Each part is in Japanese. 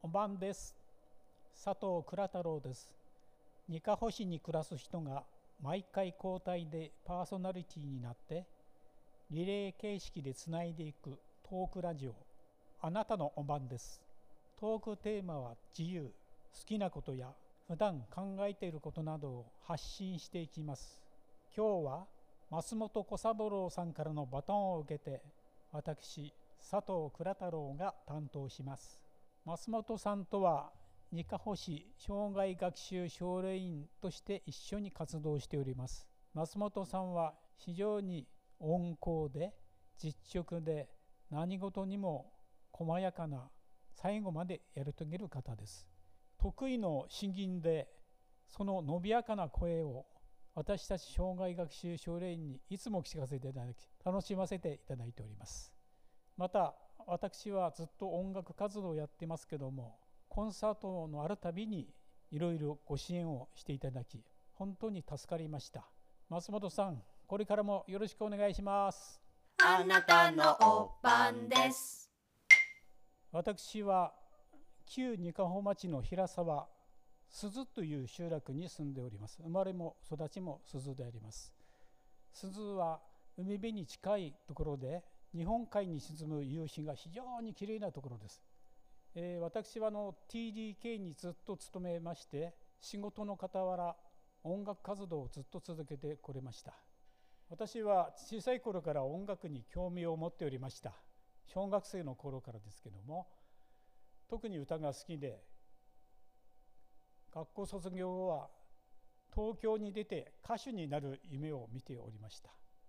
おばんです。佐藤倉太郎です。にかほ市に暮らす人が毎回交代でパーソナリティになってリレー形式でつないでいくトークラジオ、あなたのおばんです。トークテーマは自由、好きなことや普段考えていることなどを発信していきます。今日は松本小三郎さんからのバトンを受けて私佐藤倉太郎が担当します。松本さんとはにかほ市障害学習奨励員として一緒に活動しております。松本さんは非常に温厚で実直で何事にも細やかな最後までやり遂げる方です。得意の詩吟でその伸びやかな声を私たち障害学習奨励員にいつも聞かせていただき楽しませていただいております。また私はずっと音楽活動をやってますけども、コンサートのあるたびにいろいろご支援をしていただき本当に助かりました。松本さん、これからもよろしくお願いします。 あなたのおばんです。 私は旧にかほ町の平沢鈴という集落に住んでおります。生まれも育ちも鈴であります。鈴は海辺に近いところで日本海に沈む夕日が非常にきれいなところです。私はTDK にずっと勤めまして、仕事の傍ら音楽活動をずっと続けてこれました。私は小さい頃から音楽に興味を持っておりました。小学生の頃からですけども、特に歌が好きで、学校卒業後は東京に出て歌手になる夢を見ておりました。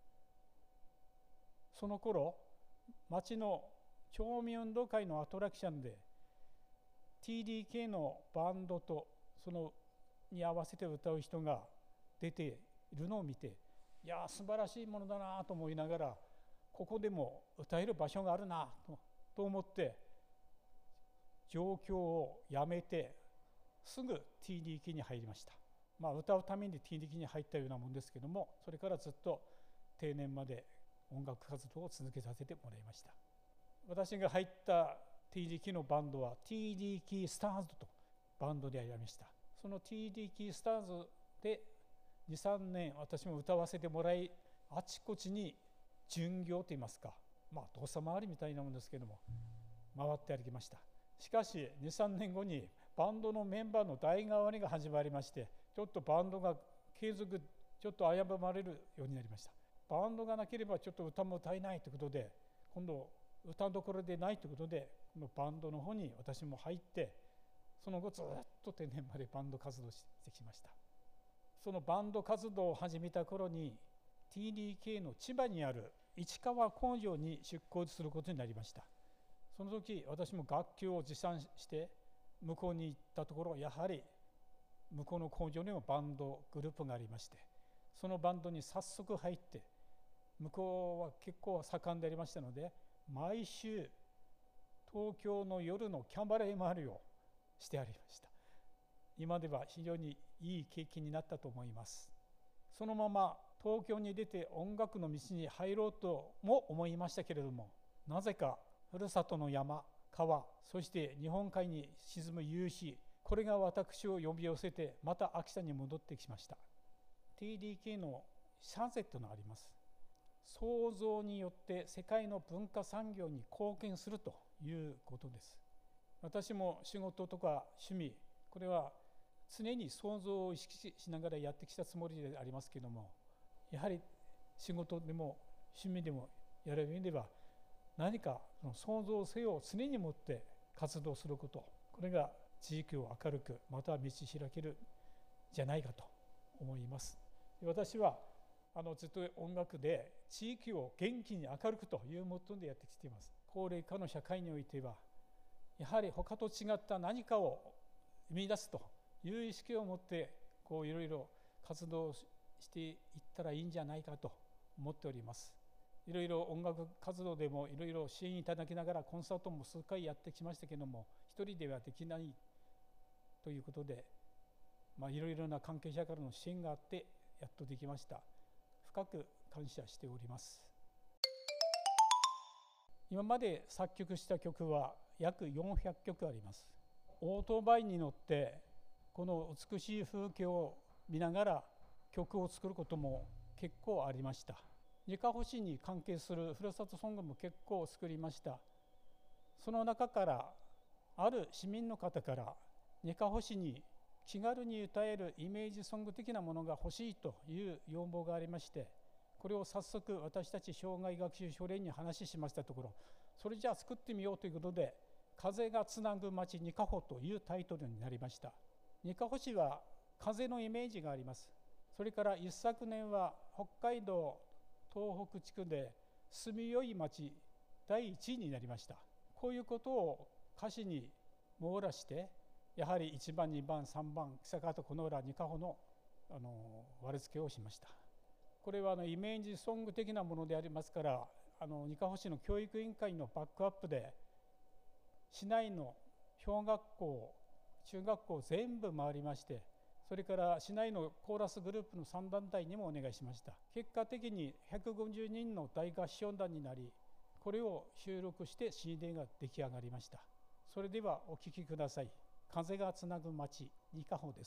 その頃、町の町民運動会のアトラクションで TDK のバンドとそのに合わせて歌う人が出ているのを見て、いや素晴らしいものだなと思いながら、ここでも歌える場所があるなと思って上京をやめてすぐ TDK に入りました。歌うために TDK に入ったようなもんですけども、それからずっと定年まで音楽活動を続けさせてもらいました。私が入った TDK のバンドは TDK スターズとバンドでやりました。その TDK スターズで 2,3 年私も歌わせてもらい、あちこちに巡業といいますか、動作回りみたいなものですけども回って歩きました。しかし 2,3 年後にバンドのメンバーの代替わりが始まりまして、ちょっとバンドが継続ちょっと危ぶまれるようになりました。バンドがなければちょっと歌も歌えないということで、今度歌どころでないということで、このバンドの方に私も入って、その後ずっと定年までバンド活動してきました。そのバンド活動を始めた頃に TDK の千葉にある市川工場に出向することになりました。その時私も楽器を持参して向こうに行ったところ、やはり向こうの工場にもバンドグループがありまして、そのバンドに早速入って、向こうは結構盛んでありましたので、毎週東京の夜のキャバレー回りをしてありました。今では非常にいい経験になったと思います。そのまま東京に出て音楽の道に入ろうとも思いましたけれども、なぜかふるさとの山、川、そして日本海に沈む夕日、これが私を呼び寄せて、また秋田に戻ってきました。 TDK のシャゼットがあります。創造によって世界の文化産業に貢献するということです。私も仕事とか趣味、これは常に創造を意識しながらやってきたつもりでありますけれども、やはり仕事でも趣味でもやる上では、何かその創造性を常に持って活動すること、これが地域を明るく、また道開けるじゃないかと思います。私はずっと音楽で地域を元気に明るくというモットーでやってきています。高齢化の社会においては、やはり他と違った何かを生み出すという意識を持っていろいろ活動していったらいいんじゃないかと思っております。いろいろ音楽活動でもいろいろ支援いただきながらコンサートも数回やってきましたけども、一人ではできないということで、いろいろな関係者からの支援があってやっとできました。深く感謝しております。今まで作曲した曲は約400曲あります。 オートバイに乗ってこの美しい風景を見ながら曲を作ることも結構ありました。にかほ市に関係するふるさとソングも結構作りました。その中からある市民の方からにかほ市に気軽に歌えるイメージソング的なものが欲しいという要望がありまして、これを早速私たち障害学習奨励に話しましたところ、それじゃあ作ってみようということで、風がつなぐ町にかほというタイトルになりました。にかほ市は風のイメージがあります。それから一昨年は北海道東北地区で住みよい町第1位になりました。こういうことを歌詞に網羅して、やはり1番2番3番久方この浦にかほの割り付けをしました。これはイメージソング的なものでありますから、にかほ市の教育委員会のバックアップで市内の小学校中学校全部回りまして、それから市内のコーラスグループの3団体にもお願いしました。結果的に150人の大合唱団になり、これを収録して CD が出来上がりました。それではお聴きください。風がつなぐ町にかほです。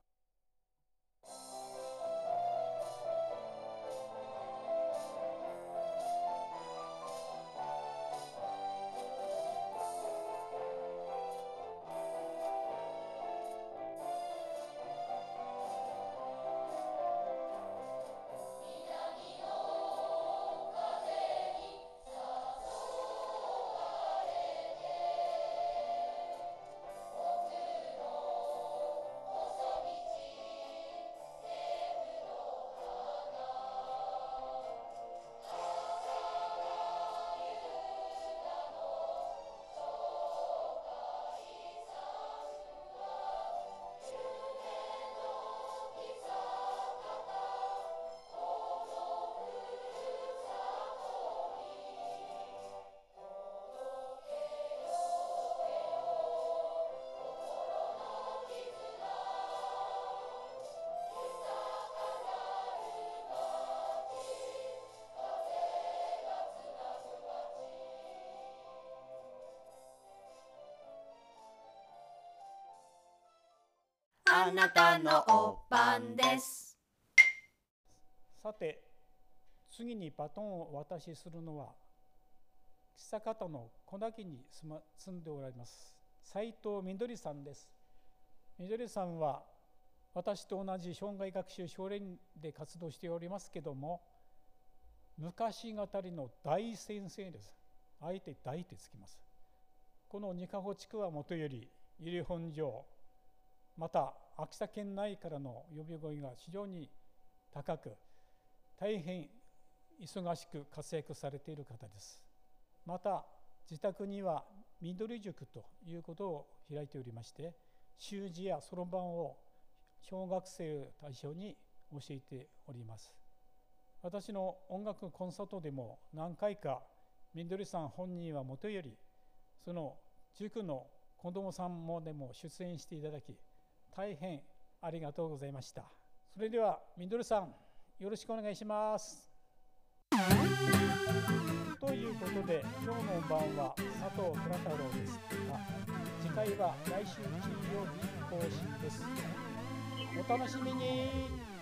あなたのおばんです。 さて、次にバトンをお渡しするのは久方の小滝に住んでおられます斉藤みどりさんです。みどりさんは私と同じ障害学習奨励で活動しておりますけども、昔語りの大先生です。あえて大ってつきます。このにかほ地区はもとより由利本荘、また秋田県内からの呼び声が非常に高く、大変忙しく活躍されている方です。また自宅には緑塾ということを開いておりまして、習字やそろばんを小学生を対象に教えております。私の音楽コンサートでも何回かみどりさん本人はもとよりその塾の子どもさんもでも出演していただき、大変ありがとうございました。それではみどりさん、よろしくお願いします。ということで今日の番は佐藤虎太郎ですが、次回は来週金曜日更新です。お楽しみに。